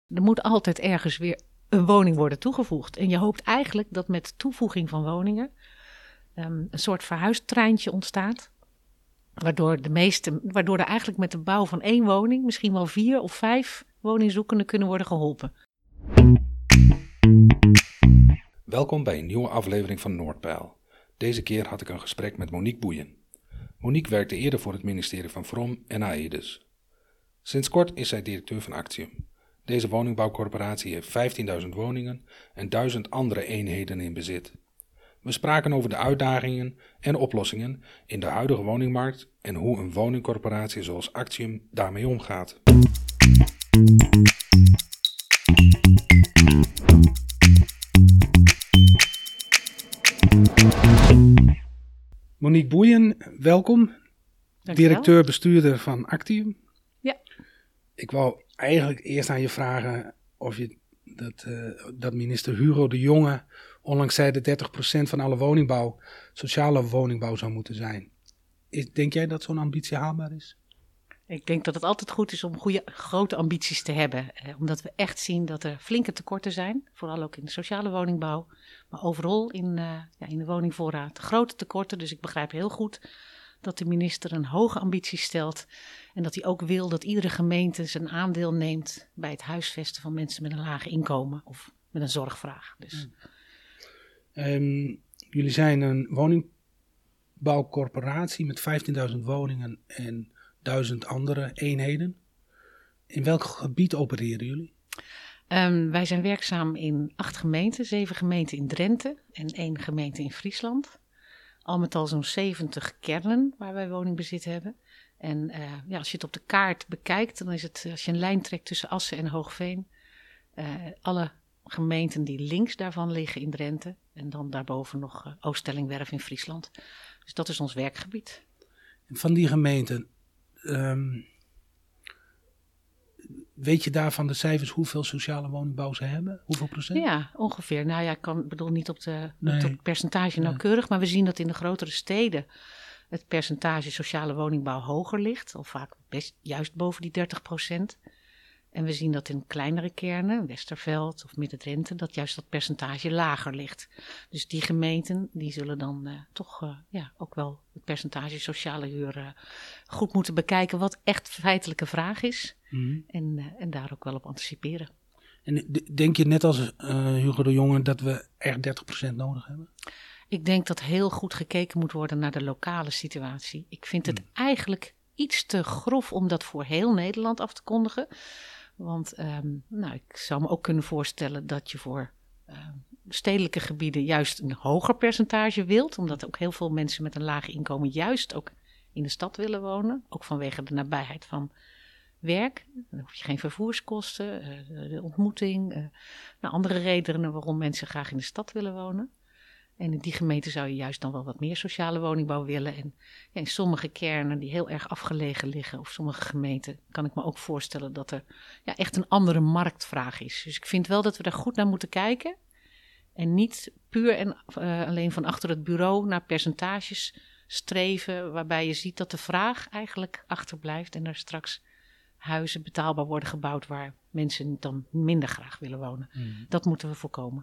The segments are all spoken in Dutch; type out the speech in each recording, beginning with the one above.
Er moet altijd ergens weer een woning worden toegevoegd. En je hoopt eigenlijk dat met toevoeging van woningen een soort verhuistreintje ontstaat. Waardoor er eigenlijk met de bouw van 1 woning misschien wel 4 of 5 woningzoekenden kunnen worden geholpen. Welkom bij een nieuwe aflevering van Noordpeil. Deze keer had ik een gesprek met Monique Boeien. Monique werkte eerder voor het ministerie van Vrom en Aedes. Sinds kort is zij directeur van Actium. Deze woningbouwcorporatie heeft 15.000 woningen en 1000 andere eenheden in bezit. We spraken over de uitdagingen en oplossingen in de huidige woningmarkt en hoe een woningcorporatie zoals Actium daarmee omgaat. Monique Boeien, welkom. Directeur-bestuurder van Actium. Ja. Ik wou eigenlijk eerst aan je vragen of je dat minister Hugo de Jonge onlangs zei dat 30% van alle woningbouw sociale woningbouw zou moeten zijn. Denk jij dat zo'n ambitie haalbaar is? Ik denk dat het altijd goed is om grote ambities te hebben. Omdat we echt zien dat er flinke tekorten zijn. Vooral ook in de sociale woningbouw. Maar overal in de woningvoorraad grote tekorten. Dus ik begrijp heel goed dat de minister een hoge ambitie stelt. En dat hij ook wil dat iedere gemeente zijn aandeel neemt bij het huisvesten van mensen met een laag inkomen. Of met een zorgvraag. Dus. Jullie zijn een woningbouwcorporatie met 15.000 woningen en 1000 andere eenheden. In welk gebied opereren jullie? Wij zijn werkzaam in 8 gemeenten, 7 gemeenten in Drenthe en 1 gemeente in Friesland. Al met al zo'n 70 kernen waar wij woningbezit hebben. En als je het op de kaart bekijkt, dan is het, als je een lijn trekt tussen Assen en Hoogveen, alle gemeenten die links daarvan liggen in Drenthe en dan daarboven nog Oost-Stellingwerf in Friesland. Dus dat is ons werkgebied. Van die gemeenten, weet je daar van de cijfers hoeveel sociale woningbouw ze hebben? Hoeveel procent? Ja, ongeveer. Nou ja, ik bedoel niet op het percentage nauwkeurig, maar we zien dat in de grotere steden het percentage sociale woningbouw hoger ligt. Of vaak juist boven die 30%. En we zien dat in kleinere kernen, Westerveld of Midden-Drenthe, dat juist dat percentage lager ligt. Dus die gemeenten die zullen dan ook wel het percentage sociale huur goed moeten bekijken, wat echt feitelijke vraag is. Mm-hmm. En daar ook wel op anticiperen. En denk je net als Hugo de Jonge dat we echt 30% nodig hebben? Ik denk dat heel goed gekeken moet worden naar de lokale situatie. Ik vind het eigenlijk iets te grof om dat voor heel Nederland af te kondigen. Want ik zou me ook kunnen voorstellen dat je voor stedelijke gebieden juist een hoger percentage wilt. Omdat ook heel veel mensen met een laag inkomen juist ook in de stad willen wonen. Ook vanwege de nabijheid van werk. Dan hoef je geen vervoerskosten, de ontmoeting. Andere redenen waarom mensen graag in de stad willen wonen. En in die gemeente zou je juist dan wel wat meer sociale woningbouw willen. En in sommige kernen die heel erg afgelegen liggen, of sommige gemeenten, kan ik me ook voorstellen dat er echt een andere marktvraag is. Dus ik vind wel dat we daar goed naar moeten kijken. En niet puur en alleen van achter het bureau naar percentages streven, waarbij je ziet dat de vraag eigenlijk achterblijft en er straks huizen betaalbaar worden gebouwd waar mensen dan minder graag willen wonen. Mm. Dat moeten we voorkomen.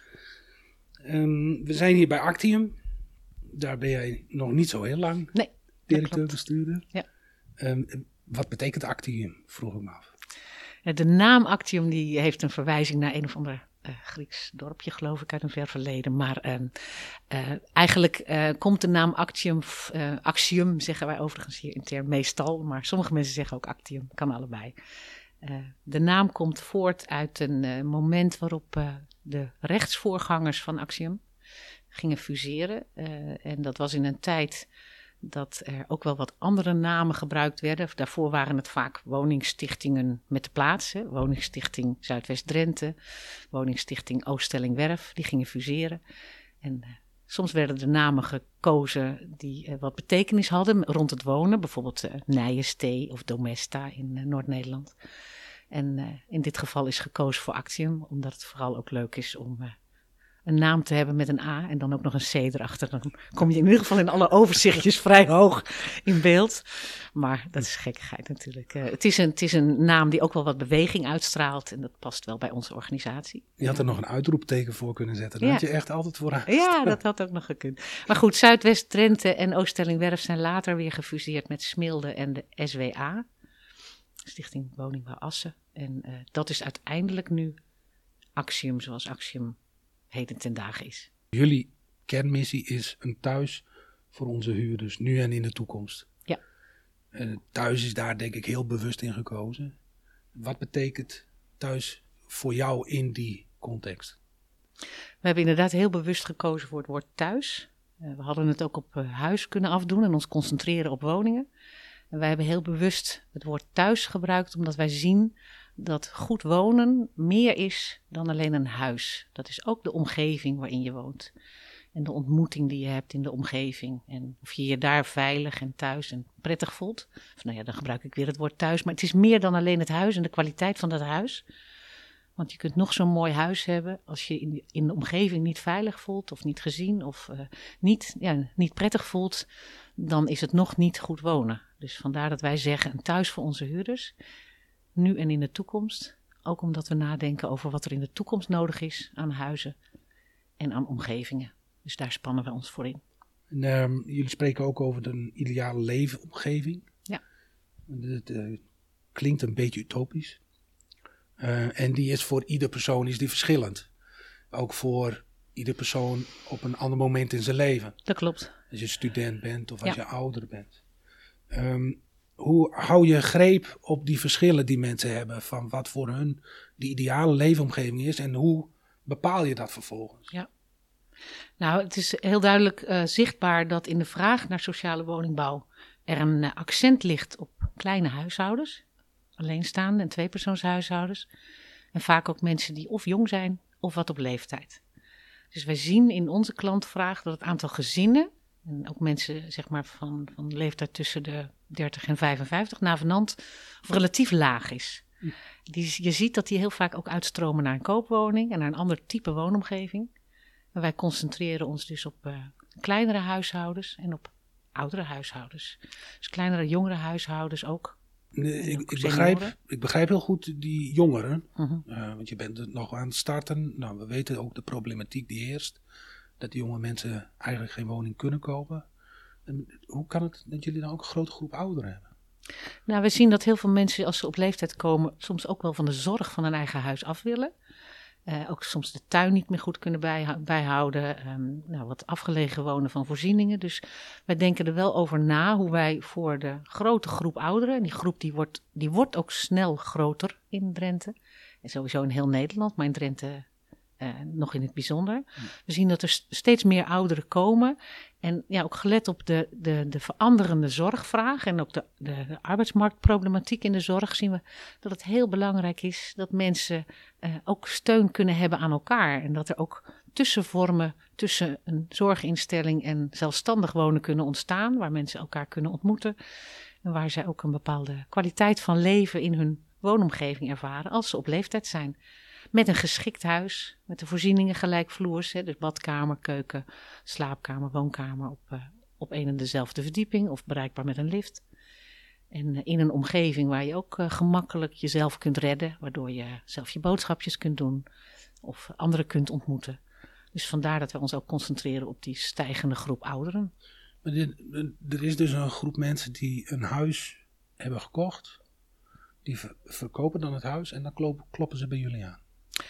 We zijn hier bij Actium. Daar ben jij nog niet zo heel lang directeur-bestuurder. Ja. Wat betekent Actium, vroeg ik me af. De naam Actium die heeft een verwijzing naar een of ander Grieks dorpje, geloof ik, uit een ver verleden. Maar eigenlijk komt de naam Actium, zeggen wij overigens hier intern meestal. Maar sommige mensen zeggen ook Actium, kan allebei. De naam komt voort uit een moment waarop de rechtsvoorgangers van Actium gingen fuseren. En dat was in een tijd dat er ook wel wat andere namen gebruikt werden. Daarvoor waren het vaak woningstichtingen met de plaats. Woningstichting Zuidwest-Drenthe, woningstichting Oost-Stellingwerf. Die gingen fuseren. En soms werden de namen gekozen die wat betekenis hadden rond het wonen. Bijvoorbeeld Nijenstee of Domesta in Noord-Nederland. En in dit geval is gekozen voor Actium, omdat het vooral ook leuk is om een naam te hebben met een A en dan ook nog een C erachter. Dan kom je in ieder geval in alle overzichtjes vrij hoog in beeld. Maar dat is gekkigheid natuurlijk. Het is een naam die ook wel wat beweging uitstraalt en dat past wel bij onze organisatie. Je had er nog een uitroepteken voor kunnen zetten. Dan had je echt altijd vooruit. Ja, dat had ook nog gekund. Maar goed, Zuidwest-Drenthe en Oost-Stellingwerf zijn later weer gefuseerd met Smilde en de SWA. Stichting Woningbouw Assen. En dat is uiteindelijk nu Axiom, zoals Axiom heden ten dagen is. Jullie kernmissie is een thuis voor onze huurders, nu en in de toekomst. Ja. Thuis is daar denk ik heel bewust in gekozen. Wat betekent thuis voor jou in die context? We hebben inderdaad heel bewust gekozen voor het woord thuis. We hadden het ook op huis kunnen afdoen en ons concentreren op woningen. En wij hebben heel bewust het woord thuis gebruikt omdat wij zien dat goed wonen meer is dan alleen een huis. Dat is ook de omgeving waarin je woont. En de ontmoeting die je hebt in de omgeving. En of je je daar veilig en thuis en prettig voelt. Of nou ja, dan gebruik ik weer het woord thuis. Maar het is meer dan alleen het huis en de kwaliteit van dat huis. Want je kunt nog zo'n mooi huis hebben. Als je in de omgeving niet veilig voelt of niet gezien of niet prettig voelt. Dan is het nog niet goed wonen. Dus vandaar dat wij zeggen een thuis voor onze huurders. Nu en in de toekomst. Ook omdat we nadenken over wat er in de toekomst nodig is aan huizen en aan omgevingen. Dus daar spannen we ons voor in. En, jullie spreken ook over de ideale leefomgeving. Ja. Het klinkt een beetje utopisch. En die is voor ieder persoon is die verschillend. Ook voor ieder persoon op een ander moment in zijn leven. Dat klopt. Als je student bent of als je ouder bent. Hoe hou je greep op die verschillen die mensen hebben van wat voor hun de ideale leefomgeving is en hoe bepaal je dat vervolgens? Ja. Nou, het is heel duidelijk zichtbaar dat in de vraag naar sociale woningbouw er een accent ligt op kleine huishoudens, alleenstaande en tweepersoonshuishoudens. En vaak ook mensen die of jong zijn of wat op leeftijd. Dus wij zien in onze klantvraag dat het aantal gezinnen, en ook mensen zeg maar van leeftijd tussen de 30 en 55, navenant of relatief laag is. Je ziet dat die heel vaak ook uitstromen naar een koopwoning en naar een ander type woonomgeving. En wij concentreren ons dus op kleinere huishoudens en op oudere huishoudens. Dus kleinere, jongere huishoudens ook. Ik begrijp heel goed die jongeren. Want je bent er nog aan het starten. Nou, we weten ook de problematiek die heerst. Dat die jonge mensen eigenlijk geen woning kunnen kopen. En hoe kan het dat jullie dan ook een grote groep ouderen hebben? Nou, we zien dat heel veel mensen als ze op leeftijd komen soms ook wel van de zorg van hun eigen huis af willen. Ook soms de tuin niet meer goed kunnen bijhouden. Wat afgelegen wonen van voorzieningen. Dus wij denken er wel over na hoe wij voor de grote groep ouderen. En die groep die wordt ook snel groter in Drenthe. En sowieso in heel Nederland, maar in Drenthe nog in het bijzonder. We zien dat er steeds meer ouderen komen. En ja, ook gelet op de veranderende zorgvraag en ook de arbeidsmarktproblematiek in de zorg zien we dat het heel belangrijk is dat mensen ook steun kunnen hebben aan elkaar. En dat er ook tussenvormen tussen een zorginstelling en zelfstandig wonen kunnen ontstaan, waar mensen elkaar kunnen ontmoeten. En waar zij ook een bepaalde kwaliteit van leven in hun woonomgeving ervaren als ze op leeftijd zijn. Met een geschikt huis, met de voorzieningen gelijkvloers, dus badkamer, keuken, slaapkamer, woonkamer op een en dezelfde verdieping of bereikbaar met een lift. En in een omgeving waar je ook gemakkelijk jezelf kunt redden, waardoor je zelf je boodschapjes kunt doen of anderen kunt ontmoeten. Dus vandaar dat we ons ook concentreren op die stijgende groep ouderen. Maar er is dus een groep mensen die een huis hebben gekocht, die verkopen dan het huis en dan kloppen ze bij jullie aan.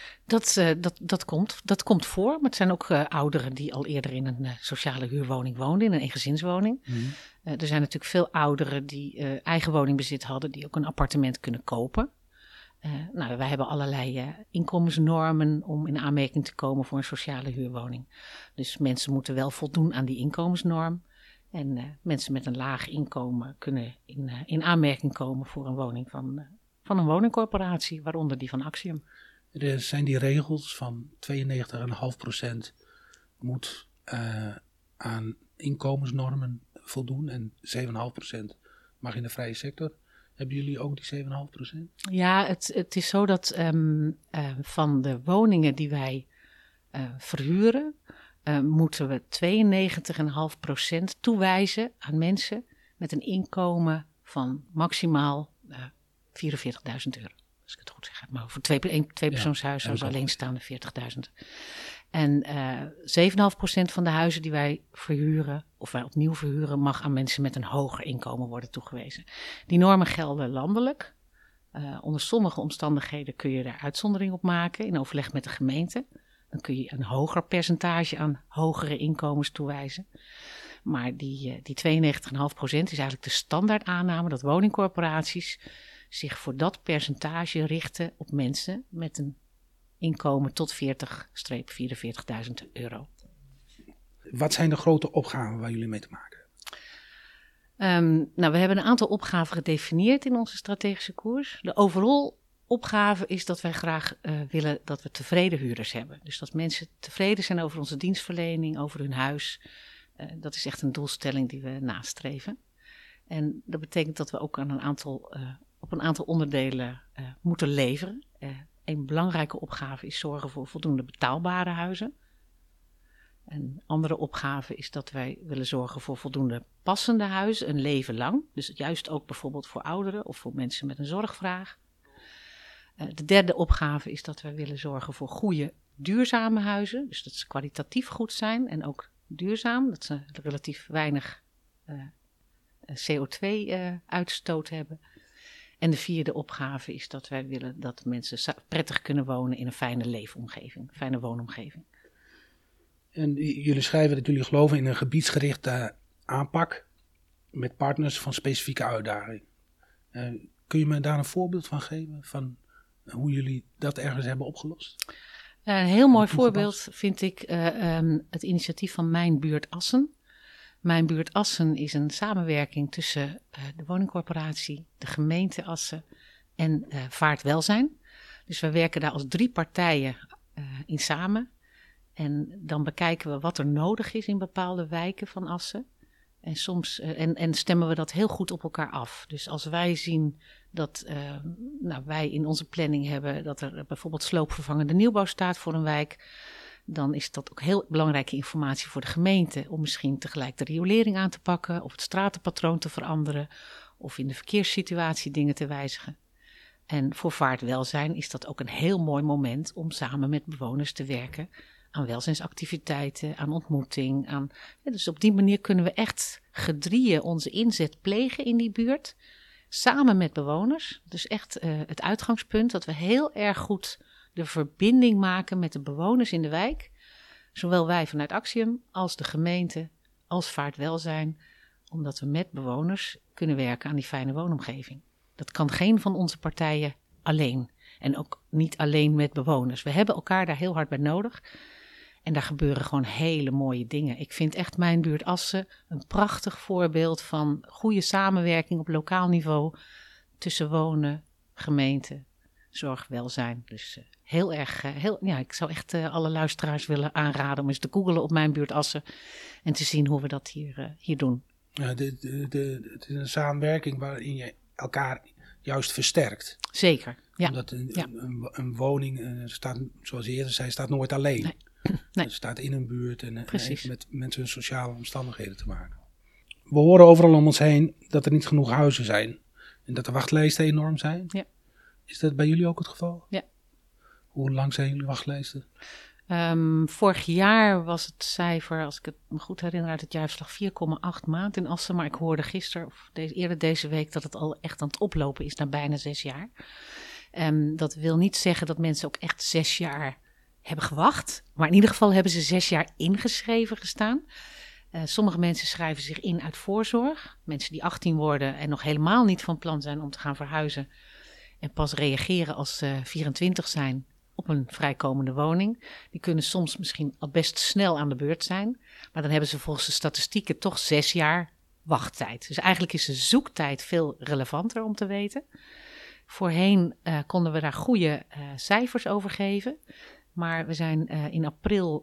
Dat komt voor, maar het zijn ook ouderen die al eerder in een sociale huurwoning woonden, in een eengezinswoning. Er zijn natuurlijk veel ouderen die eigen woningbezit hadden, die ook een appartement kunnen kopen. Wij hebben allerlei inkomensnormen om in aanmerking te komen voor een sociale huurwoning. Dus mensen moeten wel voldoen aan die inkomensnorm. En mensen met een laag inkomen kunnen in aanmerking komen voor een woning van een woningcorporatie, waaronder die van Axiom. Er zijn die regels van 92,5% moet aan inkomensnormen voldoen en 7,5% mag in de vrije sector. Hebben jullie ook die 7,5%? Ja, het is zo dat van de woningen die wij verhuren, moeten we 92,5% toewijzen aan mensen met een inkomen van maximaal €44.000. Als ik het goed zeg. Maar voor twee-persoonshuizen als alleenstaande 40.000. En 7,5% van de huizen die wij verhuren, of wij opnieuw verhuren, mag aan mensen met een hoger inkomen worden toegewezen. Die normen gelden landelijk. Onder sommige omstandigheden kun je daar uitzondering op maken in overleg met de gemeente. Dan kun je een hoger percentage aan hogere inkomens toewijzen. Maar die 92,5% is eigenlijk de standaard aanname dat woningcorporaties zich voor dat percentage richten op mensen met een inkomen tot €44.000. Wat zijn de grote opgaven waar jullie mee te maken hebben? We hebben een aantal opgaven gedefinieerd in onze strategische koers. De overall opgave is dat wij graag willen dat we tevreden huurders hebben. Dus dat mensen tevreden zijn over onze dienstverlening, over hun huis. Dat is echt een doelstelling die we nastreven. En dat betekent dat we ook aan op een aantal onderdelen moeten leveren. Een belangrijke opgave is zorgen voor voldoende betaalbare huizen. Een andere opgave is dat wij willen zorgen voor voldoende passende huizen, een leven lang. Dus juist ook bijvoorbeeld voor ouderen of voor mensen met een zorgvraag. De derde opgave is dat wij willen zorgen voor goede, duurzame huizen. Dus dat ze kwalitatief goed zijn en ook duurzaam. Dat ze relatief weinig CO2-uitstoot hebben. En de vierde opgave is dat wij willen dat mensen prettig kunnen wonen in een fijne leefomgeving, fijne woonomgeving. En jullie schrijven dat jullie geloven in een gebiedsgerichte aanpak met partners van specifieke uitdagingen. Kun je me daar een voorbeeld van geven van hoe jullie dat ergens hebben opgelost? Een heel mooi voorbeeld vind ik het initiatief van Mijn Buurt Assen. Mijn Buurt Assen is een samenwerking tussen de woningcorporatie, de gemeente Assen en Vaartwelzijn. Dus we werken daar als 3 partijen in samen. En dan bekijken we wat er nodig is in bepaalde wijken van Assen. En soms en stemmen we dat heel goed op elkaar af. Dus als wij zien dat wij in onze planning hebben dat er bijvoorbeeld sloopvervangende nieuwbouw staat voor een wijk, dan is dat ook heel belangrijke informatie voor de gemeente om misschien tegelijk de riolering aan te pakken of het stratenpatroon te veranderen of in de verkeerssituatie dingen te wijzigen. En voor vaartwelzijn is dat ook een heel mooi moment om samen met bewoners te werken aan welzijnsactiviteiten, aan ontmoeting. Dus op die manier kunnen we echt gedrieën onze inzet plegen in die buurt, samen met bewoners. Dus echt het uitgangspunt dat we heel erg goed de verbinding maken met de bewoners in de wijk. Zowel wij vanuit Axiom als de gemeente, als Vaartwelzijn. Omdat we met bewoners kunnen werken aan die fijne woonomgeving. Dat kan geen van onze partijen alleen. En ook niet alleen met bewoners. We hebben elkaar daar heel hard bij nodig. En daar gebeuren gewoon hele mooie dingen. Ik vind echt Mijn Buurt Assen een prachtig voorbeeld van goede samenwerking op lokaal niveau tussen wonen, gemeente, zorg, welzijn. Dus heel erg, ik zou echt alle luisteraars willen aanraden om eens te googelen op Mijn Buurt Assen en te zien hoe we dat hier doen. Ja, het is een samenwerking waarin je elkaar juist versterkt. Zeker, ja. Omdat een woning staat, zoals je eerder zei, staat nooit alleen. Nee. Het staat in een buurt en heeft met mensen hun sociale omstandigheden te maken. We horen overal om ons heen dat er niet genoeg huizen zijn en dat de wachtlijsten enorm zijn. Ja. Is dat bij jullie ook het geval? Ja. Hoe lang zijn jullie wachtlijsten? Vorig jaar was het cijfer, als ik het me goed herinner, uit het jaarverslag 4,8 maanden in Assen. Maar ik hoorde gisteren, of eerder deze week, dat het al echt aan het oplopen is naar bijna 6 jaar. Dat wil niet zeggen dat mensen ook echt 6 jaar hebben gewacht. Maar in ieder geval hebben ze 6 jaar ingeschreven gestaan. Sommige mensen schrijven zich in uit voorzorg. Mensen die 18 worden en nog helemaal niet van plan zijn om te gaan verhuizen. En pas reageren als ze 24 zijn op een vrijkomende woning. Die kunnen soms misschien al best snel aan de beurt zijn. Maar dan hebben ze volgens de statistieken toch 6 jaar wachttijd. Dus eigenlijk is de zoektijd veel relevanter om te weten. Voorheen konden we daar goede cijfers over geven. Maar we zijn in april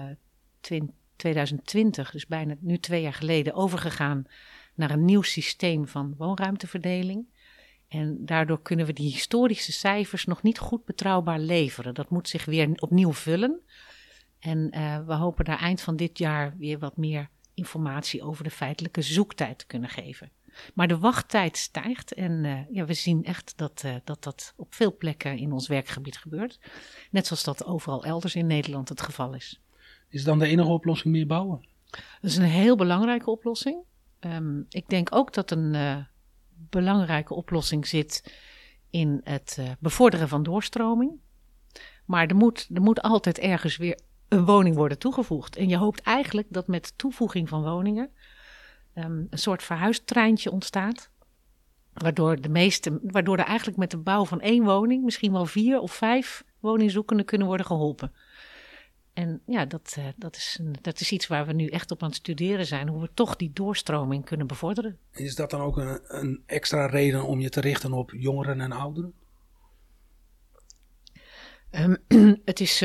2020, dus bijna nu 2 jaar geleden, overgegaan naar een nieuw systeem van woonruimteverdeling. En daardoor kunnen we die historische cijfers nog niet goed betrouwbaar leveren. Dat moet zich weer opnieuw vullen. En we hopen daar eind van dit jaar weer wat meer informatie over de feitelijke zoektijd te kunnen geven. Maar de wachttijd stijgt en we zien echt dat op veel plekken in ons werkgebied gebeurt. Net zoals dat overal elders in Nederland het geval is. Is dan de enige oplossing meer bouwen? Dat is een heel belangrijke oplossing. Ik denk ook dat een belangrijke oplossing zit in het bevorderen van doorstroming. Maar er moet altijd ergens weer een woning worden toegevoegd. En je hoopt eigenlijk dat met toevoeging van woningen een soort verhuistreintje ontstaat. Waardoor er eigenlijk met de bouw van 1 woning misschien wel 4 of 5 woningzoekenden kunnen worden geholpen. En ja, dat is iets waar we nu echt op aan het studeren zijn. Hoe we toch die doorstroming kunnen bevorderen. Is dat dan ook een extra reden om je te richten op jongeren en ouderen? Het is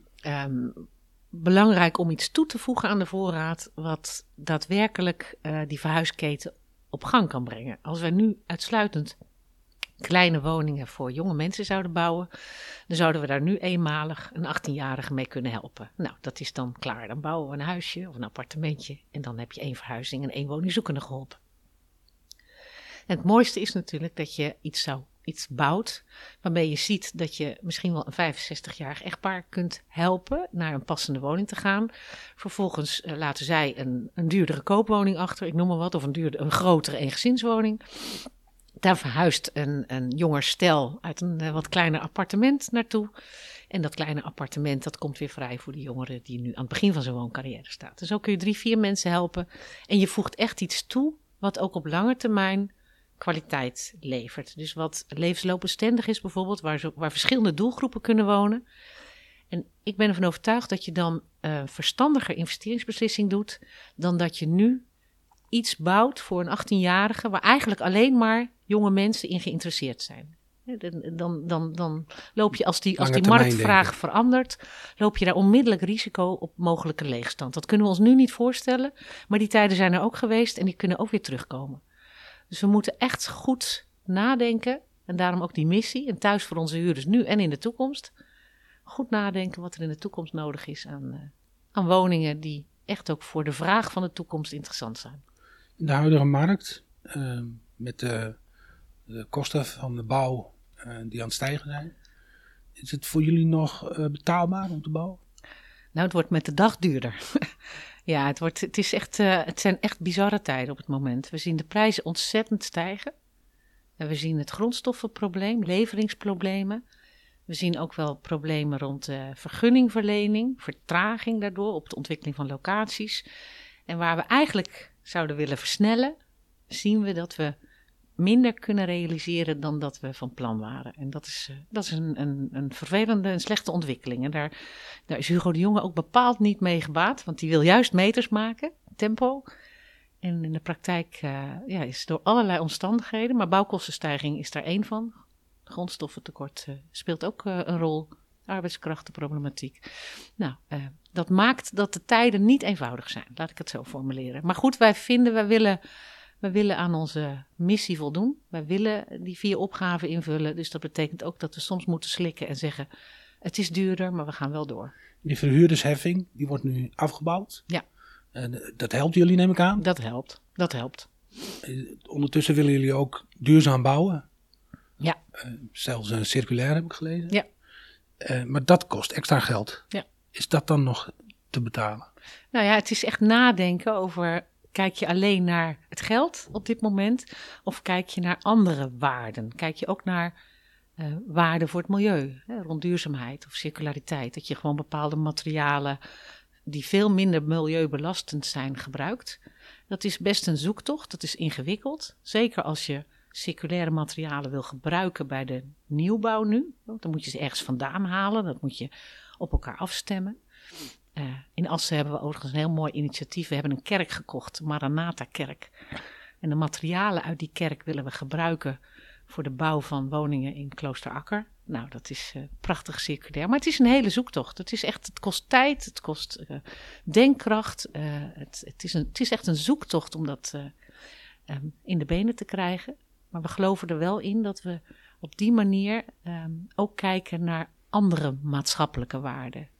belangrijk om iets toe te voegen aan de voorraad wat daadwerkelijk die verhuisketen op gang kan brengen. Als wij nu uitsluitend kleine woningen voor jonge mensen zouden bouwen, dan zouden we daar nu eenmalig een 18-jarige mee kunnen helpen. Nou, dat is dan klaar. Dan bouwen we een huisje of een appartementje en dan heb je 1 verhuizing en 1 woningzoekende geholpen. En het mooiste is natuurlijk dat je iets bouwt waarmee je ziet dat je misschien wel een 65-jarig echtpaar kunt helpen naar een passende woning te gaan. Vervolgens laten zij een duurdere koopwoning achter, ik noem maar wat, of een grotere eengezinswoning. Daar verhuist een jonger stel uit een wat kleiner appartement naartoe. En dat kleine appartement dat komt weer vrij voor de jongeren die nu aan het begin van zijn wooncarrière staat. Dus zo kun je 3, 4 mensen helpen. En je voegt echt iets toe wat ook op lange termijn kwaliteit levert. Dus wat levensloopbestendig is bijvoorbeeld, waar verschillende doelgroepen kunnen wonen. En ik ben ervan overtuigd dat je dan verstandiger investeringsbeslissing doet dan dat je nu iets bouwt voor een 18-jarige waar eigenlijk alleen maar jonge mensen in geïnteresseerd zijn. Dan loop je, als die marktvraag verandert, loop je daar onmiddellijk risico op mogelijke leegstand. Dat kunnen we ons nu niet voorstellen, maar die tijden zijn er ook geweest en die kunnen ook weer terugkomen. Dus we moeten echt goed nadenken en daarom ook die missie en thuis voor onze huurders nu en in de toekomst. Goed nadenken wat er in de toekomst nodig is aan woningen die echt ook voor de vraag van de toekomst interessant zijn. In de huidige markt, met de kosten van de bouw die aan het stijgen zijn, is het voor jullie nog betaalbaar om te bouwen? Nou, het wordt met de dag duurder. Ja, het zijn echt bizarre tijden op het moment. We zien de prijzen ontzettend stijgen. We zien het grondstoffenprobleem, leveringsproblemen. We zien ook wel problemen rond vergunningverlening, vertraging daardoor op de ontwikkeling van locaties. En waar we eigenlijk zouden willen versnellen, zien we dat we minder kunnen realiseren dan dat we van plan waren. En dat is een vervelende en slechte ontwikkeling. En daar is Hugo de Jonge ook bepaald niet mee gebaat, want die wil juist meters maken, tempo. En in de praktijk is door allerlei omstandigheden, maar bouwkostenstijging is daar één van. Grondstoffentekort speelt ook een rol. Arbeidskrachtenproblematiek. Nou, dat maakt dat de tijden niet eenvoudig zijn, laat ik het zo formuleren. Maar goed, wij willen aan onze missie voldoen. Wij willen die 4 opgaven invullen. Dus dat betekent ook dat we soms moeten slikken en zeggen, het is duurder, maar we gaan wel door. Die verhuurdersheffing, die wordt nu afgebouwd. Ja. Dat helpt jullie, neem ik aan? Dat helpt. Ondertussen willen jullie ook duurzaam bouwen. Ja. Zelfs circulair heb ik gelezen. Ja. Maar dat kost extra geld. Ja. Is dat dan nog te betalen? Nou ja, het is echt nadenken over, kijk je alleen naar het geld op dit moment? Of kijk je naar andere waarden? Kijk je ook naar waarden voor het milieu, rond duurzaamheid of circulariteit? Dat je gewoon bepaalde materialen die veel minder milieubelastend zijn gebruikt. Dat is best een zoektocht, dat is ingewikkeld. Zeker als je circulaire materialen wil gebruiken bij de nieuwbouw nu. Dan moet je ze ergens vandaan halen, dat moet je op elkaar afstemmen. In Assen hebben we overigens een heel mooi initiatief. We hebben een kerk gekocht, de Maranatha-kerk. En de materialen uit die kerk willen we gebruiken voor de bouw van woningen in Kloosterakker. Nou, dat is prachtig circulair. Maar het is een hele zoektocht. Het kost tijd, het kost denkkracht. Het is echt een zoektocht om dat in de benen te krijgen. Maar we geloven er wel in dat we op die manier ook kijken naar andere maatschappelijke waarden.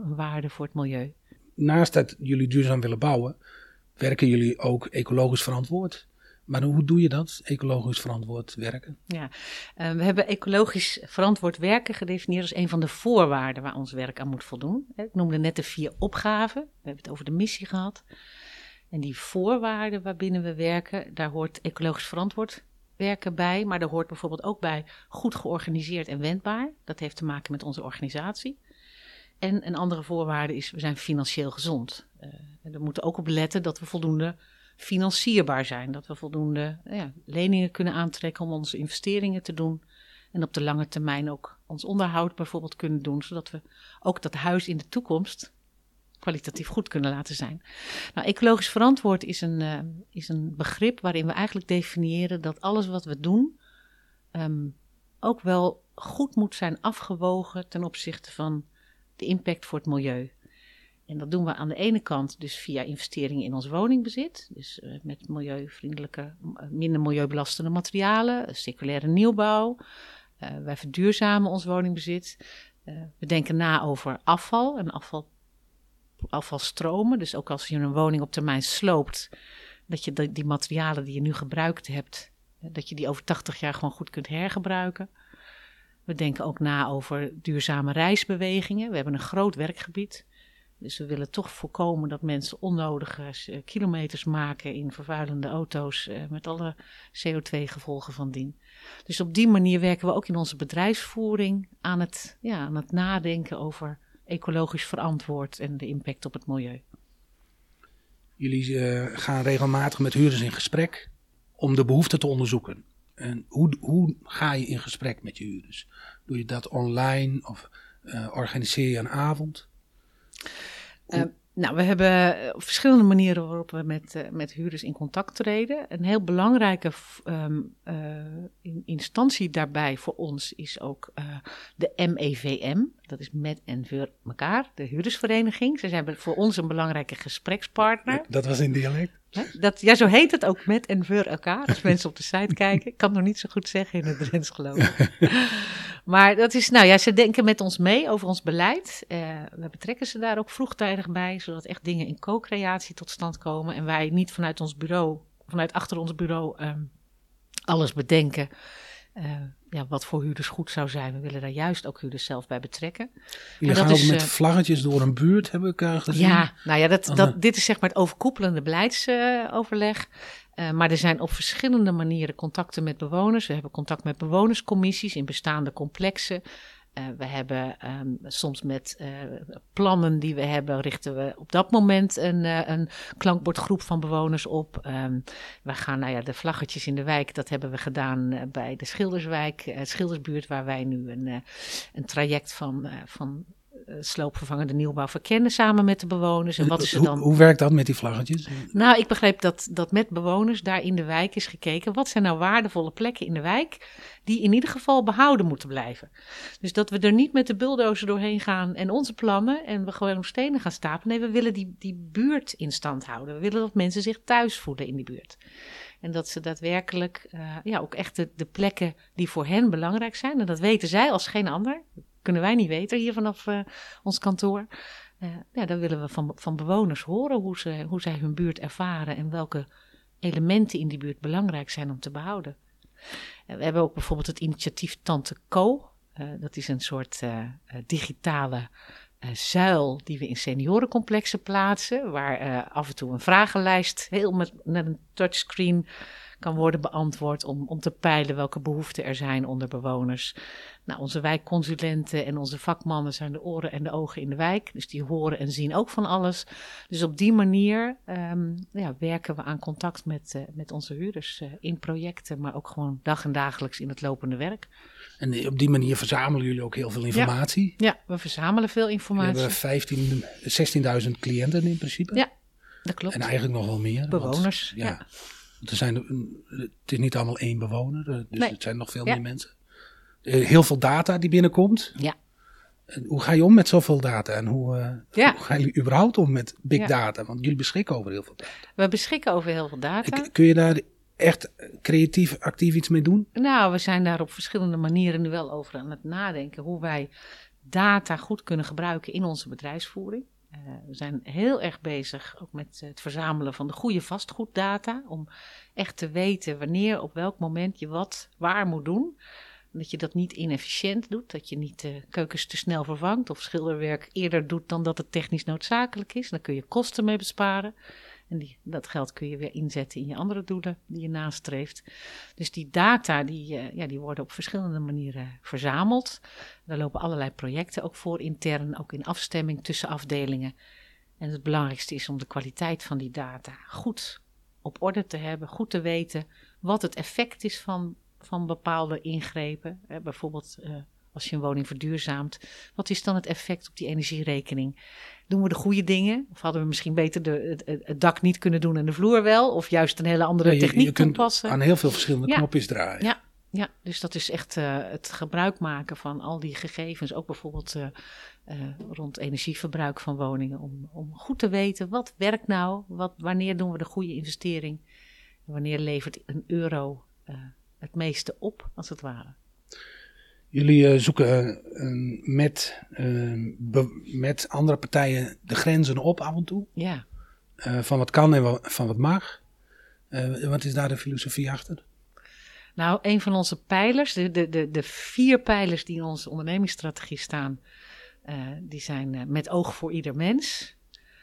een waarde voor het milieu. Naast dat jullie duurzaam willen bouwen, werken jullie ook ecologisch verantwoord. Maar hoe doe je dat, ecologisch verantwoord werken? Ja, we hebben ecologisch verantwoord werken gedefinieerd als een van de voorwaarden waar ons werk aan moet voldoen. Ik noemde net de 4 opgaven, we hebben het over de missie gehad. En die voorwaarden waarbinnen we werken, daar hoort ecologisch verantwoord werken bij. Maar daar hoort bijvoorbeeld ook bij goed georganiseerd en wendbaar. Dat heeft te maken met onze organisatie. En een andere voorwaarde is, we zijn financieel gezond. En we moeten ook op letten dat we voldoende financierbaar zijn. Dat we voldoende leningen kunnen aantrekken om onze investeringen te doen. En op de lange termijn ook ons onderhoud bijvoorbeeld kunnen doen. Zodat we ook dat huis in de toekomst kwalitatief goed kunnen laten zijn. Nou, ecologisch verantwoord is een begrip waarin we eigenlijk definiëren dat alles wat we doen ook wel goed moet zijn afgewogen ten opzichte van de impact voor het milieu. En dat doen we aan de ene kant dus via investeringen in ons woningbezit. Dus met milieuvriendelijke, minder milieubelastende materialen, circulaire nieuwbouw. Wij verduurzamen ons woningbezit. We denken na over afval en afvalstromen. Dus ook als je een woning op termijn sloopt, dat je die materialen die je nu gebruikt hebt, dat je die over 80 jaar gewoon goed kunt hergebruiken. We denken ook na over duurzame reisbewegingen. We hebben een groot werkgebied. Dus we willen toch voorkomen dat mensen onnodige kilometers maken in vervuilende auto's met alle CO2-gevolgen van dien. Dus op die manier werken we ook in onze bedrijfsvoering aan het nadenken over ecologisch verantwoord en de impact op het milieu. Jullie gaan regelmatig met huurders in gesprek om de behoeften te onderzoeken. En hoe ga je in gesprek met je huurders? Doe je dat online of organiseer je een avond? We hebben verschillende manieren waarop we met huurders in contact treden. Een heel belangrijke instantie daarbij voor ons is ook de MEVM. Dat is Met en Voor Elkaar, de huurdersvereniging. Ze zijn voor ons een belangrijke gesprekspartner. Dat was in dialect? Zo heet het ook, Met en Voor Elkaar. Als mensen op de site kijken. Ik kan het nog niet zo goed zeggen in het Drents, geloof ik. Maar dat is, ze denken met ons mee over ons beleid. We betrekken ze daar ook vroegtijdig bij, zodat echt dingen in co-creatie tot stand komen. En wij niet vanuit achter ons bureau alles bedenken. Wat voor huurders goed zou zijn. We willen daar juist ook huurders zelf bij betrekken. Jullie gaan ook met vlaggetjes door een buurt, heb ik gezien. Dit is zeg maar het overkoepelende beleidsoverleg. Maar er zijn op verschillende manieren contacten met bewoners. We hebben contact met bewonerscommissies in bestaande complexen. We hebben soms met plannen die we hebben, richten we op dat moment een klankbordgroep van bewoners op. We gaan, de vlaggetjes in de wijk, dat hebben we gedaan bij de Schilderswijk, Schildersbuurt, waar wij nu een traject van sloopvervangende nieuwbouw verkennen samen met de bewoners. En wat is er dan? Hoe werkt dat met die vlaggetjes? Nou, ik begreep dat met bewoners daar in de wijk is gekeken. Wat zijn nou waardevolle plekken in de wijk die in ieder geval behouden moeten blijven? Dus dat we er niet met de bulldozer doorheen gaan en onze plannen en we gewoon op stenen gaan stapelen. Nee, we willen die buurt in stand houden. We willen dat mensen zich thuis voelen in die buurt. En dat ze daadwerkelijk ook echt de plekken die voor hen belangrijk zijn. En dat weten zij als geen ander. Kunnen wij niet weten hier vanaf ons kantoor. Dan willen we van bewoners horen hoe zij hun buurt ervaren en welke elementen in die buurt belangrijk zijn om te behouden. We hebben ook bijvoorbeeld het initiatief Tante Co. Dat is een soort digitale zuil die we in seniorencomplexen plaatsen, waar af en toe een vragenlijst heel met een touchscreen kan worden beantwoord om te peilen welke behoeften er zijn onder bewoners. Nou, onze wijkconsulenten en onze vakmannen zijn de oren en de ogen in de wijk. Dus die horen en zien ook van alles. Dus op die manier werken we aan contact met onze huurders in projecten, maar ook gewoon dag en dagelijks in het lopende werk. En op die manier verzamelen jullie ook heel veel informatie? Ja, we verzamelen veel informatie. We hebben 16.000 cliënten in principe. Ja, dat klopt. En eigenlijk nog wel meer. Bewoners, Het is niet allemaal één bewoner, dus nee. Het zijn nog veel meer mensen. Heel veel data die binnenkomt. Ja. En hoe ga je om met zoveel data? En hoe gaan jullie überhaupt om met big data? Want jullie beschikken over heel veel data. We beschikken over heel veel data. Kun je daar echt creatief, actief iets mee doen? Nou, we zijn daar op verschillende manieren nu wel over aan het nadenken. Hoe wij data goed kunnen gebruiken in onze bedrijfsvoering. We zijn heel erg bezig ook met het verzamelen van de goede vastgoeddata. Om echt te weten wanneer, op welk moment je wat waar moet doen. Dat je dat niet inefficiënt doet. Dat je niet keukens te snel vervangt of schilderwerk eerder doet dan dat het technisch noodzakelijk is. Dan kun je kosten mee besparen. En dat geld kun je weer inzetten in je andere doelen die je nastreeft. Dus die data die worden op verschillende manieren verzameld. Daar lopen allerlei projecten ook voor intern, ook in afstemming tussen afdelingen. En het belangrijkste is om de kwaliteit van die data goed op orde te hebben. Goed te weten wat het effect is van bepaalde ingrepen. Bijvoorbeeld als je een woning verduurzaamt. Wat is dan het effect op die energierekening? Doen we de goede dingen? Of hadden we misschien beter het dak niet kunnen doen en de vloer wel? Of juist een hele andere techniek toepassen? Je kunt aan heel veel verschillende knopjes draaien. Ja, dus dat is echt het gebruik maken van al die gegevens. Ook bijvoorbeeld rond energieverbruik van woningen. Om goed te weten, wat werkt nou? Wanneer doen we de goede investering? Wanneer levert een euro het meeste op, als het ware? Jullie zoeken met andere partijen de grenzen op af en toe. Ja. Van wat kan en van wat mag. Wat is daar de filosofie achter? Nou, een van onze pijlers, de 4 pijlers die in onze ondernemingsstrategie staan, die zijn met oog voor ieder mens,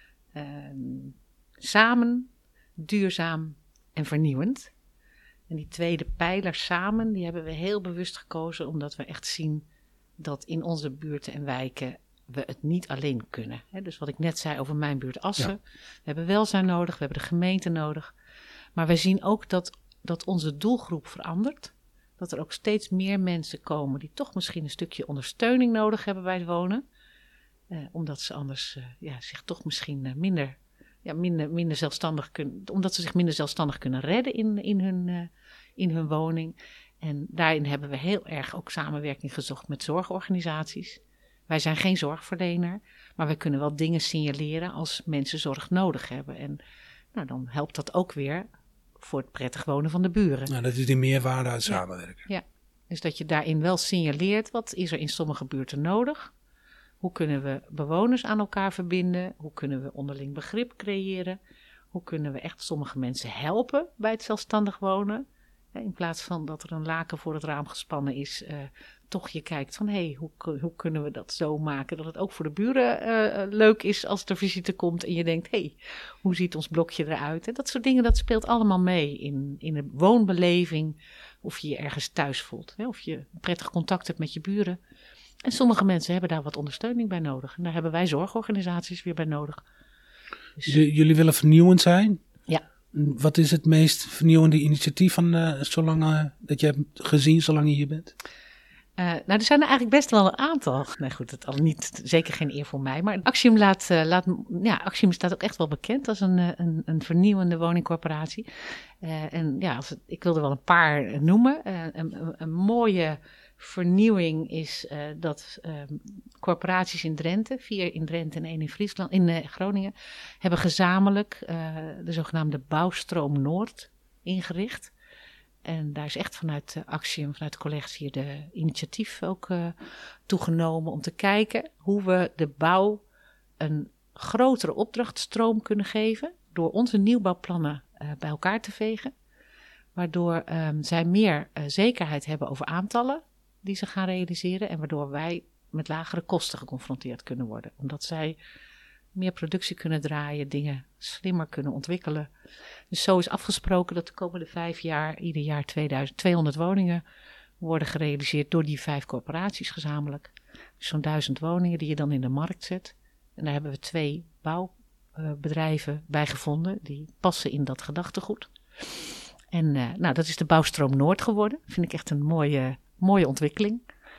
samen, duurzaam en vernieuwend. En die tweede pijler samen, die hebben we heel bewust gekozen, omdat we echt zien dat in onze buurten en wijken we het niet alleen kunnen. Dus wat ik net zei over mijn buurt Assen, we hebben welzijn nodig, we hebben de gemeente nodig. Maar wij zien ook dat onze doelgroep verandert. Dat er ook steeds meer mensen komen die toch misschien een stukje ondersteuning nodig hebben bij het wonen. Omdat ze anders zich toch misschien minder zelfstandig kunnen, omdat ze zich minder zelfstandig kunnen redden in hun woning. En daarin hebben we heel erg ook samenwerking gezocht met zorgorganisaties. Wij zijn geen zorgverlener, maar we kunnen wel dingen signaleren als mensen zorg nodig hebben. En dan helpt dat ook weer voor het prettig wonen van de buren. Nou, dat is die meerwaarde uit samenwerken. Ja, dus dat je daarin wel signaleert, wat is er in sommige buurten nodig? Hoe kunnen we bewoners aan elkaar verbinden? Hoe kunnen we onderling begrip creëren? Hoe kunnen we echt sommige mensen helpen bij het zelfstandig wonen? In plaats van dat er een laken voor het raam gespannen is, toch je kijkt van hoe kunnen we dat zo maken dat het ook voor de buren leuk is als er visite komt en je denkt, hoe ziet ons blokje eruit? En dat soort dingen, dat speelt allemaal mee in de woonbeleving, of je je ergens thuis voelt, of je een prettig contact hebt met je buren. En sommige mensen hebben daar wat ondersteuning bij nodig. En daar hebben wij zorgorganisaties weer bij nodig. Dus jullie willen vernieuwend zijn? Ja. Wat is het meest vernieuwende initiatief dat je hebt gezien zolang je hier bent? Er zijn er eigenlijk best wel een aantal. Nee, goed, zeker geen eer voor mij. Maar Axiom Axiom staat ook echt wel bekend als een vernieuwende woningcorporatie. Ik wil er wel een paar noemen. Een mooie vernieuwing is dat corporaties in Drenthe, 4 in Drenthe en 1 in Friesland, in Groningen, hebben gezamenlijk de zogenaamde Bouwstroom Noord ingericht. En daar is echt vanuit Axiom, vanuit de collega's hier, de initiatief ook toegenomen om te kijken hoe we de bouw een grotere opdrachtstroom kunnen geven door onze nieuwbouwplannen bij elkaar te vegen. Waardoor zij meer zekerheid hebben over aantallen die ze gaan realiseren en waardoor wij met lagere kosten geconfronteerd kunnen worden. Omdat zij meer productie kunnen draaien, dingen slimmer kunnen ontwikkelen. Dus zo is afgesproken dat de komende 5 jaar ieder jaar 200 woningen worden gerealiseerd door die 5 corporaties gezamenlijk. Dus zo'n 1000 woningen die je dan in de markt zet. En daar hebben we 2 bouwbedrijven bij gevonden die passen in dat gedachtegoed. En dat is de Bouwstroom Noord geworden. Vind ik echt een mooie ontwikkeling.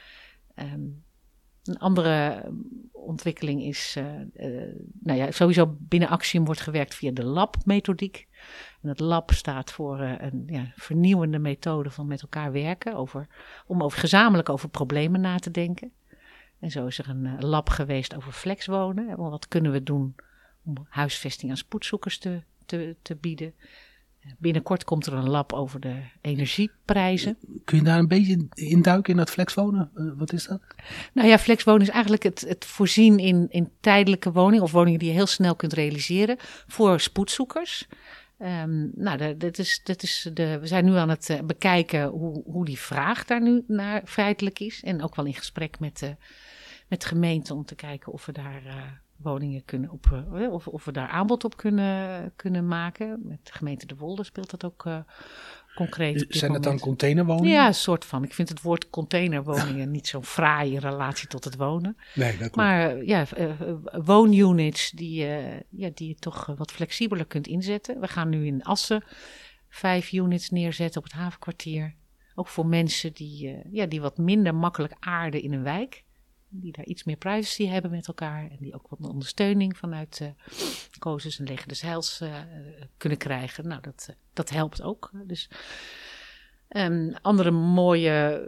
Een andere ontwikkeling is, sowieso binnen Axiom wordt gewerkt via de LAB-methodiek. En het LAB staat voor een vernieuwende methode van met elkaar werken, om gezamenlijk over problemen na te denken. En zo is er een lab geweest over flexwonen. Wat kunnen we doen om huisvesting aan spoedzoekers te bieden? Binnenkort komt er een lab over de energieprijzen. Kun je daar een beetje induiken in dat flexwonen? Wat is dat? Nou ja, flexwonen is eigenlijk het voorzien in tijdelijke woningen of woningen die je heel snel kunt realiseren voor spoedzoekers. We zijn nu aan het bekijken hoe die vraag daar nu naar feitelijk is. En ook wel in gesprek met de gemeente om te kijken of we daar woningen kunnen of we daar aanbod op kunnen maken. Met de gemeente De Wolde speelt dat ook concreet. Zijn dat dan containerwoningen? Ja, een soort van. Ik vind het woord containerwoningen niet zo'n fraaie relatie tot het wonen. Nee, dat klopt. Maar woonunits die je toch wat flexibeler kunt inzetten. We gaan nu in Assen 5 units neerzetten op het havenkwartier. Ook voor mensen die wat minder makkelijk aarden in een wijk. Die daar iets meer privacy hebben met elkaar. En die ook wat ondersteuning vanuit COSUS en Leger des Heils kunnen krijgen. Nou, dat helpt ook. Dus andere mooie...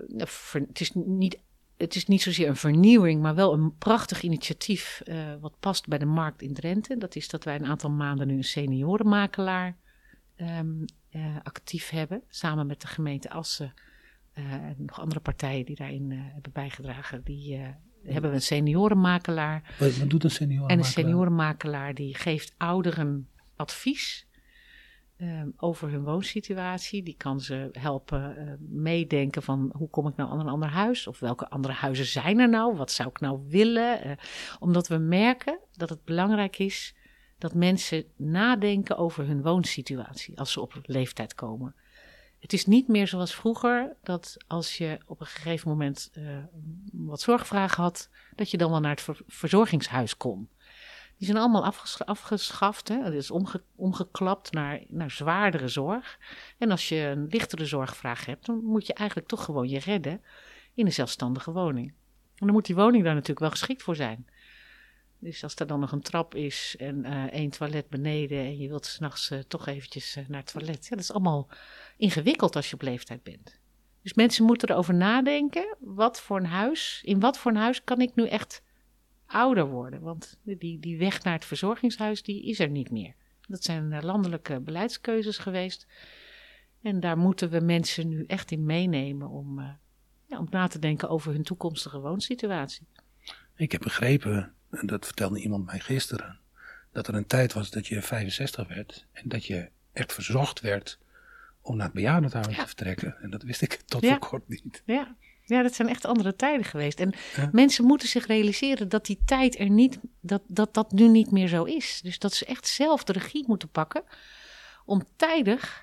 Het is niet zozeer een vernieuwing, maar wel een prachtig initiatief wat past bij de markt in Drenthe. Dat is dat wij een aantal maanden nu een seniorenmakelaar actief hebben. Samen met de gemeente Assen en nog andere partijen die daarin hebben bijgedragen. Hebben we een seniorenmakelaar. Wat doet een seniorenmakelaar? En een seniorenmakelaar die geeft ouderen advies over hun woonsituatie. Die kan ze helpen meedenken van hoe kom ik nou aan een ander huis? Of welke andere huizen zijn er nou? Wat zou ik nou willen? Omdat we merken dat het belangrijk is dat mensen nadenken over hun woonsituatie als ze op leeftijd komen. Het is niet meer zoals vroeger dat als je op een gegeven moment wat zorgvragen had, dat je dan wel naar het verzorgingshuis kon. Die zijn allemaal afgeschaft. Hè? Het is omgeklapt naar zwaardere zorg. En als je een lichtere zorgvraag hebt, dan moet je eigenlijk toch gewoon je redden in een zelfstandige woning. En dan moet die woning daar natuurlijk wel geschikt voor zijn. Dus als er dan nog een trap is en 1 toilet beneden en je wilt 's nachts toch eventjes naar het toilet. Ja, dat is allemaal ingewikkeld als je op leeftijd bent. Dus mensen moeten erover nadenken, in wat voor een huis kan ik nu echt ouder worden? Want die weg naar het verzorgingshuis, die is er niet meer. Dat zijn landelijke beleidskeuzes geweest. En daar moeten we mensen nu echt in meenemen om na te denken over hun toekomstige woonsituatie. Ik heb begrepen, en dat vertelde iemand mij gisteren, dat er een tijd was dat je 65 werd en dat je echt verzocht werd om naar het bejaardentehuis te vertrekken. En dat wist ik tot voor kort niet. Ja, dat zijn echt andere tijden geweest. En mensen moeten zich realiseren dat die tijd er niet, dat nu niet meer zo is. Dus dat ze echt zelf de regie moeten pakken om tijdig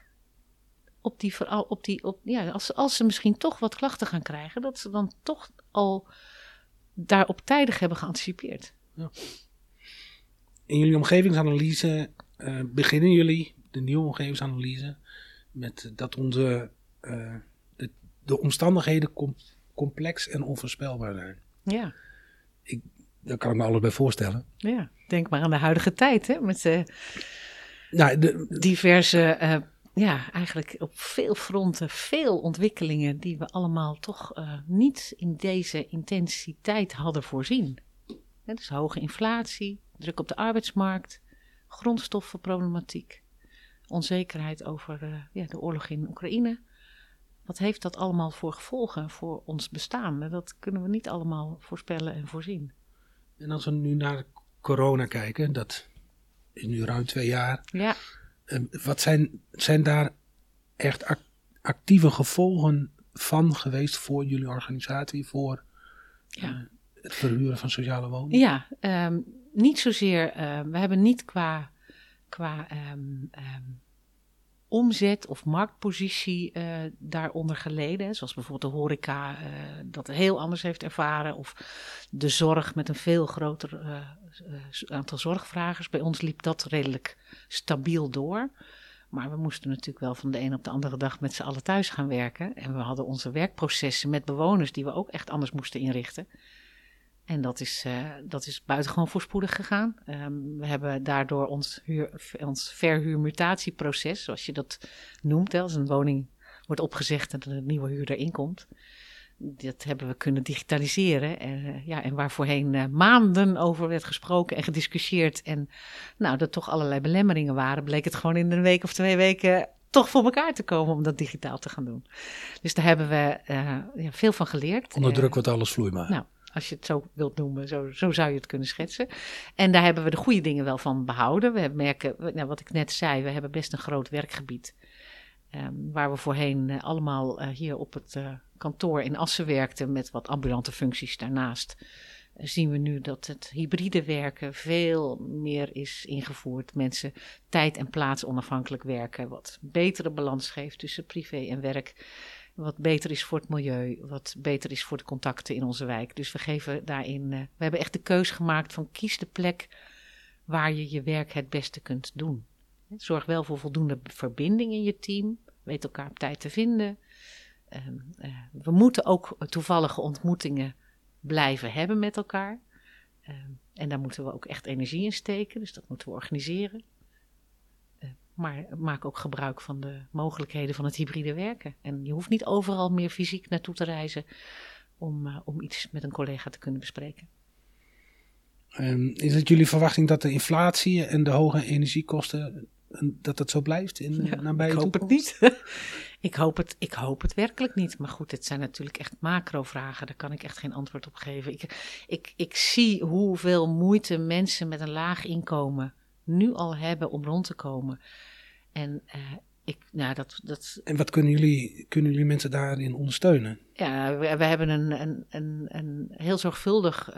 als ze misschien toch wat klachten gaan krijgen, dat ze dan toch al daarop tijdig hebben geanticipeerd. Ja. In jullie omgevingsanalyse beginnen jullie de nieuwe omgevingsanalyse met dat de omstandigheden complex en onvoorspelbaar zijn. Ja. Daar kan ik me alles bij voorstellen. Ja, denk maar aan de huidige tijd, hè, met diverse, eigenlijk op veel fronten, veel ontwikkelingen die we allemaal toch niet in deze intensiteit hadden voorzien. Ja, dus hoge inflatie, druk op de arbeidsmarkt, grondstoffenproblematiek, onzekerheid over de oorlog in Oekraïne. Wat heeft dat allemaal voor gevolgen voor ons bestaan? Dat kunnen we niet allemaal voorspellen en voorzien. En als we nu naar corona kijken, dat is nu ruim 2 jaar. Ja. Wat zijn daar echt actieve gevolgen van geweest voor jullie organisatie, voor het verhuren van sociale woningen? Ja, niet zozeer. We hebben niet qua omzet of marktpositie daaronder geleden. Hè, zoals bijvoorbeeld de horeca dat heel anders heeft ervaren. Of de zorg met een veel groter aantal zorgvragers. Bij ons liep dat redelijk stabiel door. Maar we moesten natuurlijk wel van de een op de andere dag met z'n allen thuis gaan werken. En we hadden onze werkprocessen met bewoners die we ook echt anders moesten inrichten. En dat is buitengewoon voorspoedig gegaan. We hebben daardoor ons verhuurmutatieproces, zoals je dat noemt, als een woning wordt opgezegd en er een nieuwe huurder inkomt. Dat hebben we kunnen digitaliseren. En waar voorheen maanden over werd gesproken en gediscussieerd. En er toch allerlei belemmeringen waren, bleek het gewoon in een week of 2 weken toch voor elkaar te komen om dat digitaal te gaan doen. Dus daar hebben we veel van geleerd. Onder druk wordt alles vloeibaar. Nou, als je het zo wilt noemen, zo zou je het kunnen schetsen. En daar hebben we de goede dingen wel van behouden. We merken, wat ik net zei, we hebben best een groot werkgebied. Waar we voorheen allemaal hier op het kantoor in Assen werkten met wat ambulante functies daarnaast. Zien we nu dat het hybride werken veel meer is ingevoerd. Mensen tijd en plaats onafhankelijk werken. Wat betere balans geeft tussen privé en werk. Wat beter is voor het milieu. Wat beter is voor de contacten in onze wijk. Dus we geven daarin. We hebben echt de keus gemaakt van kies de plek waar je je werk het beste kunt doen. Zorg wel voor voldoende verbinding in je team. Weet elkaar op tijd te vinden. We moeten ook toevallige ontmoetingen blijven hebben met elkaar. En daar moeten we ook echt energie in steken. Dus dat moeten we organiseren. Maar maak ook gebruik van de mogelijkheden van het hybride werken. En je hoeft niet overal meer fysiek naartoe te reizen om iets met een collega te kunnen bespreken. Is het jullie verwachting dat de inflatie en de hoge energiekosten, dat het zo blijft in nabije toekomst? Ik hoop het niet. Ik hoop het werkelijk niet. Maar goed, het zijn natuurlijk echt macro-vragen. Daar kan ik echt geen antwoord op geven. Ik zie hoeveel moeite mensen met een laag inkomen nu al hebben om rond te komen. En En wat kunnen jullie mensen daarin ondersteunen? Ja, we hebben een heel zorgvuldig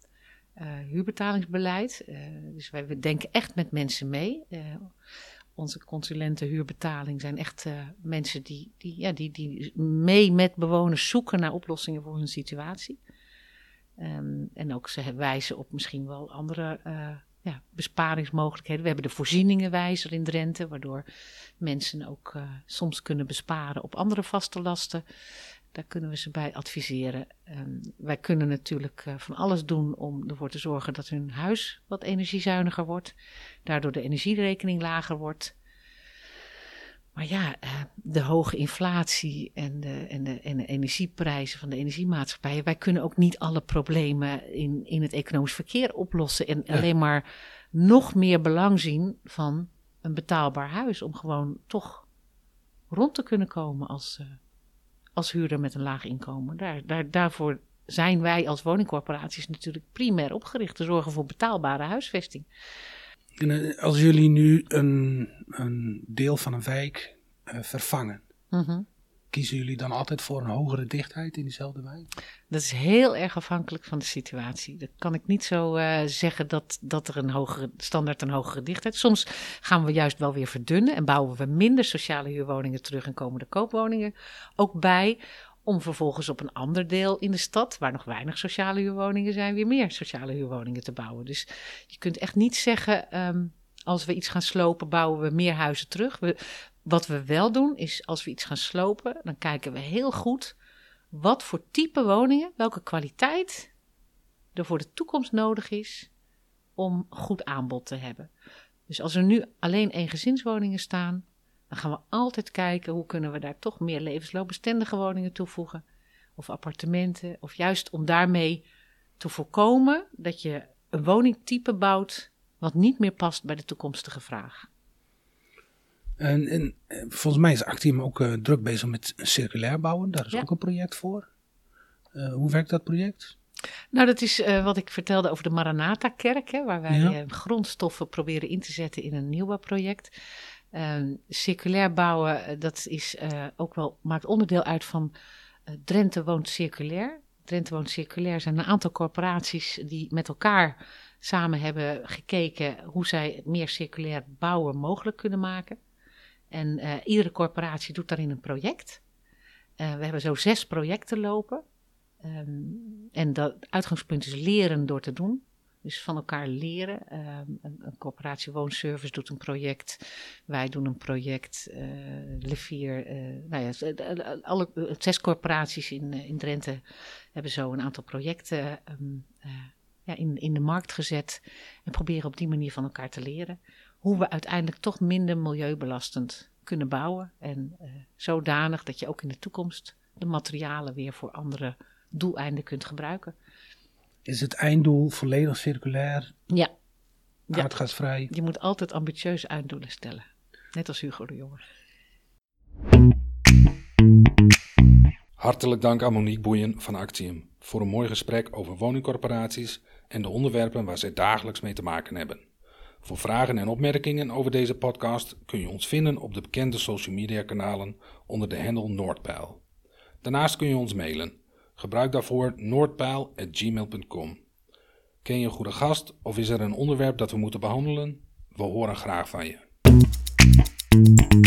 huurbetalingsbeleid. Dus wij denken echt met mensen mee. Onze consulenten huurbetaling zijn echt mensen die mee met bewoners zoeken naar oplossingen voor hun situatie. En ook ze wijzen op misschien wel andere besparingsmogelijkheden. We hebben de voorzieningenwijzer in Drenthe, waardoor mensen ook soms kunnen besparen op andere vaste lasten. Daar kunnen we ze bij adviseren. Wij kunnen natuurlijk van alles doen om ervoor te zorgen dat hun huis wat energiezuiniger wordt. Daardoor de energierekening lager wordt. Maar ja, de hoge inflatie en de energieprijzen van de energiemaatschappijen. Wij kunnen ook niet alle problemen in het economisch verkeer oplossen. En alleen maar nog meer belang zien van een betaalbaar huis. Om gewoon toch rond te kunnen komen als huurder met een laag inkomen. Daarvoor zijn wij als woningcorporaties natuurlijk primair opgericht. Te zorgen voor betaalbare huisvesting. En als jullie nu een deel van een wijk vervangen, kiezen jullie dan altijd voor een hogere dichtheid in diezelfde wijk? Dat is heel erg afhankelijk van de situatie. Dat kan ik niet zo zeggen dat er een hogere dichtheid is. Soms gaan we juist wel weer verdunnen en bouwen we minder sociale huurwoningen terug en komen de koopwoningen ook bij. Om vervolgens op een ander deel in de stad, waar nog weinig sociale huurwoningen zijn, weer meer sociale huurwoningen te bouwen. Dus je kunt echt niet zeggen, als we iets gaan slopen, bouwen we meer huizen terug. Wat we wel doen, is als we iets gaan slopen, dan kijken we heel goed wat voor type woningen, welke kwaliteit er voor de toekomst nodig is om goed aanbod te hebben. Dus als er nu alleen eengezinswoningen staan, dan gaan we altijd kijken hoe kunnen we daar toch meer levensloopbestendige woningen toevoegen. Of appartementen. Of juist om daarmee te voorkomen dat je een woningtype bouwt wat niet meer past bij de toekomstige vraag. En volgens mij is Actium ook druk bezig met circulair bouwen. Daar is ook een project voor. Hoe werkt dat project? Nou, dat is wat ik vertelde over de Maranatha-kerk, waar wij grondstoffen proberen in te zetten in een nieuwbouwproject. Circulair bouwen, dat is maakt onderdeel uit van Drenthe Woont Circulair. Drenthe Woont Circulair zijn een aantal corporaties die met elkaar samen hebben gekeken hoe zij meer circulair bouwen mogelijk kunnen maken. En iedere corporatie doet daarin een project. We hebben zo 6 projecten lopen. En dat uitgangspunt is leren door te doen. Dus van elkaar leren. Een corporatie Woonservice doet een project. Wij doen een project. Levier. 6 corporaties in Drenthe hebben zo een aantal projecten in de markt gezet. En proberen op die manier van elkaar te leren. Hoe we uiteindelijk toch minder milieubelastend kunnen bouwen. En zodanig dat je ook in de toekomst de materialen weer voor andere doeleinden kunt gebruiken. Is het einddoel volledig circulair? Ja. Aardgasvrij? Je moet altijd ambitieuze einddoelen stellen. Net als Hugo de Jonge. Hartelijk dank aan Monique Boeien van Actium voor een mooi gesprek over woningcorporaties en de onderwerpen waar zij dagelijks mee te maken hebben. Voor vragen en opmerkingen over deze podcast kun je ons vinden op de bekende social media kanalen onder de handle Noordpeil. Daarnaast kun je ons mailen. Gebruik daarvoor noordpeil@gmail.com. Ken je een goede gast of is er een onderwerp dat we moeten behandelen? We horen graag van je.